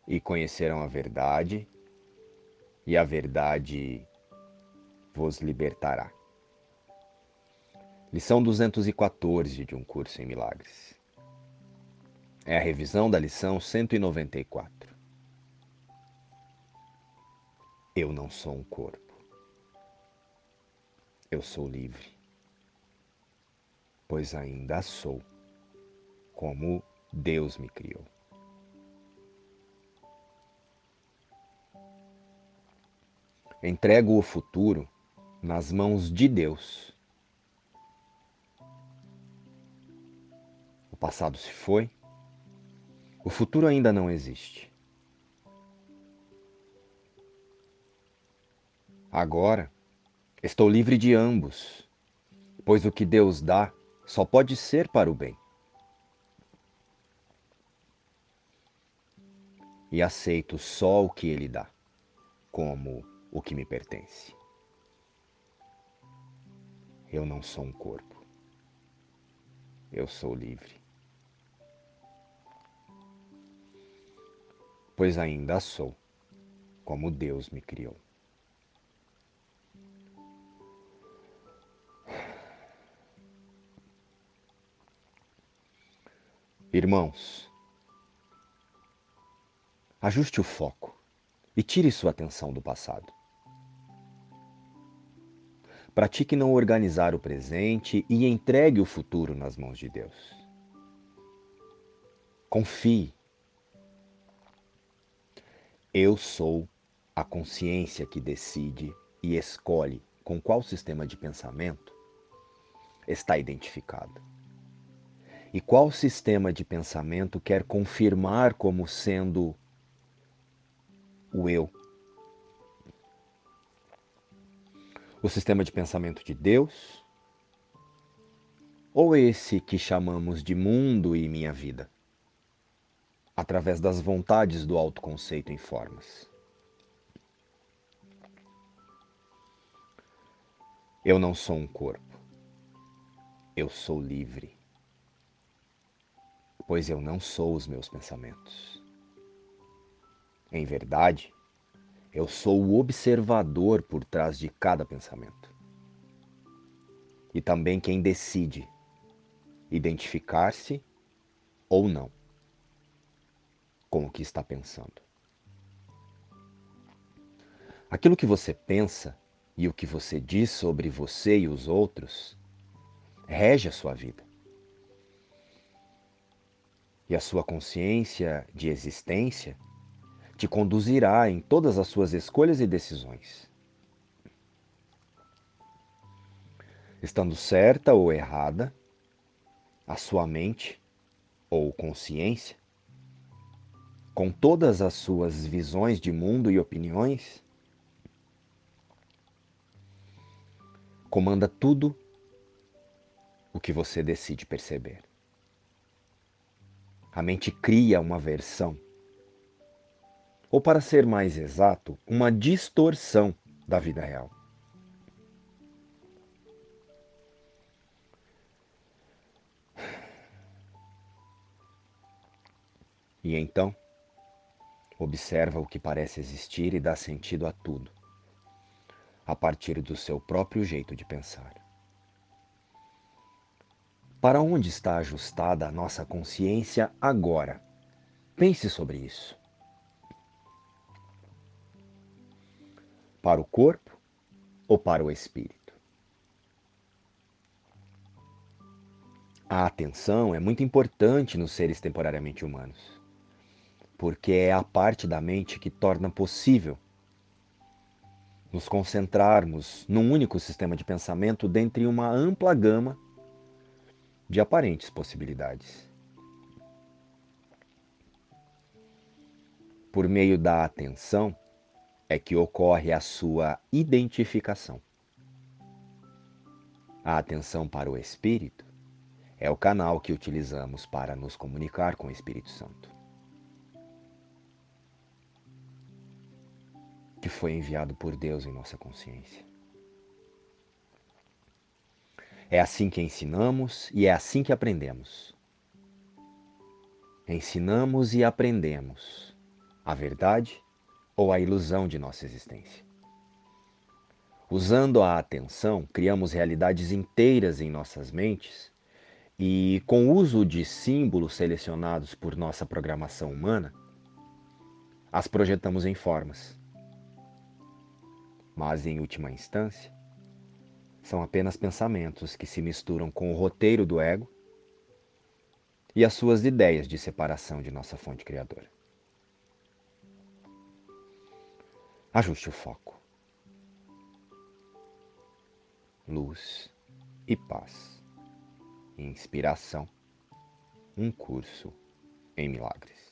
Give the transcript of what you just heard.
e conhecerão a verdade, e a verdade vos libertará. Lição 214 de um curso em milagres. É a revisão da lição 194. Eu não sou um corpo. Eu sou livre, pois ainda sou como Deus me criou. Entrego o futuro nas mãos de Deus. O passado se foi, o futuro ainda não existe. Agora, estou livre de ambos, pois o que Deus dá só pode ser para o bem. E aceito só o que Ele dá, como o que me pertence. Eu não sou um corpo. Eu sou livre. Pois ainda sou como Deus me criou. Irmãos, ajuste o foco e tire sua atenção do passado. Pratique não organizar o presente e entregue o futuro nas mãos de Deus. Confie. Eu sou a consciência que decide e escolhe com qual sistema de pensamento está identificado. E qual sistema de pensamento quer confirmar como sendo o eu? O sistema de pensamento de Deus? Ou esse que chamamos de mundo e minha vida? Através das vontades do autoconceito em formas. Eu não sou um corpo. Eu sou livre. Pois eu não sou os meus pensamentos. Em verdade, eu sou o observador por trás de cada pensamento. E também quem decide identificar-se ou não com o que está pensando. Aquilo que você pensa e o que você diz sobre você e os outros rege a sua vida. E a sua consciência de existência te conduzirá em todas as suas escolhas e decisões. Estando certa ou errada, a sua mente ou consciência, com todas as suas visões de mundo e opiniões, comanda tudo o que você decide perceber. A mente cria uma versão, ou para ser mais exato, uma distorção da vida real. E então, observa o que parece existir e dá sentido a tudo, a partir do seu próprio jeito de pensar. Para onde está ajustada a nossa consciência agora? Pense sobre isso. Para o corpo ou para o espírito? A atenção é muito importante nos seres temporariamente humanos, porque é a parte da mente que torna possível nos concentrarmos num único sistema de pensamento dentre uma ampla gama de aparentes possibilidades. Por meio da atenção é que ocorre a sua identificação. A atenção para o espírito é o canal que utilizamos para nos comunicar com o Espírito Santo, que foi enviado por Deus em nossa consciência. É assim que ensinamos e é assim que aprendemos. Ensinamos e aprendemos a verdade ou a ilusão de nossa existência. Usando a atenção, criamos realidades inteiras em nossas mentes e, com o uso de símbolos selecionados por nossa programação humana, as projetamos em formas. Mas, em última instância, são apenas pensamentos que se misturam com o roteiro do ego e as suas ideias de separação de nossa fonte criadora. Ajuste o foco. Luz e paz. Inspiração. Um curso em milagres.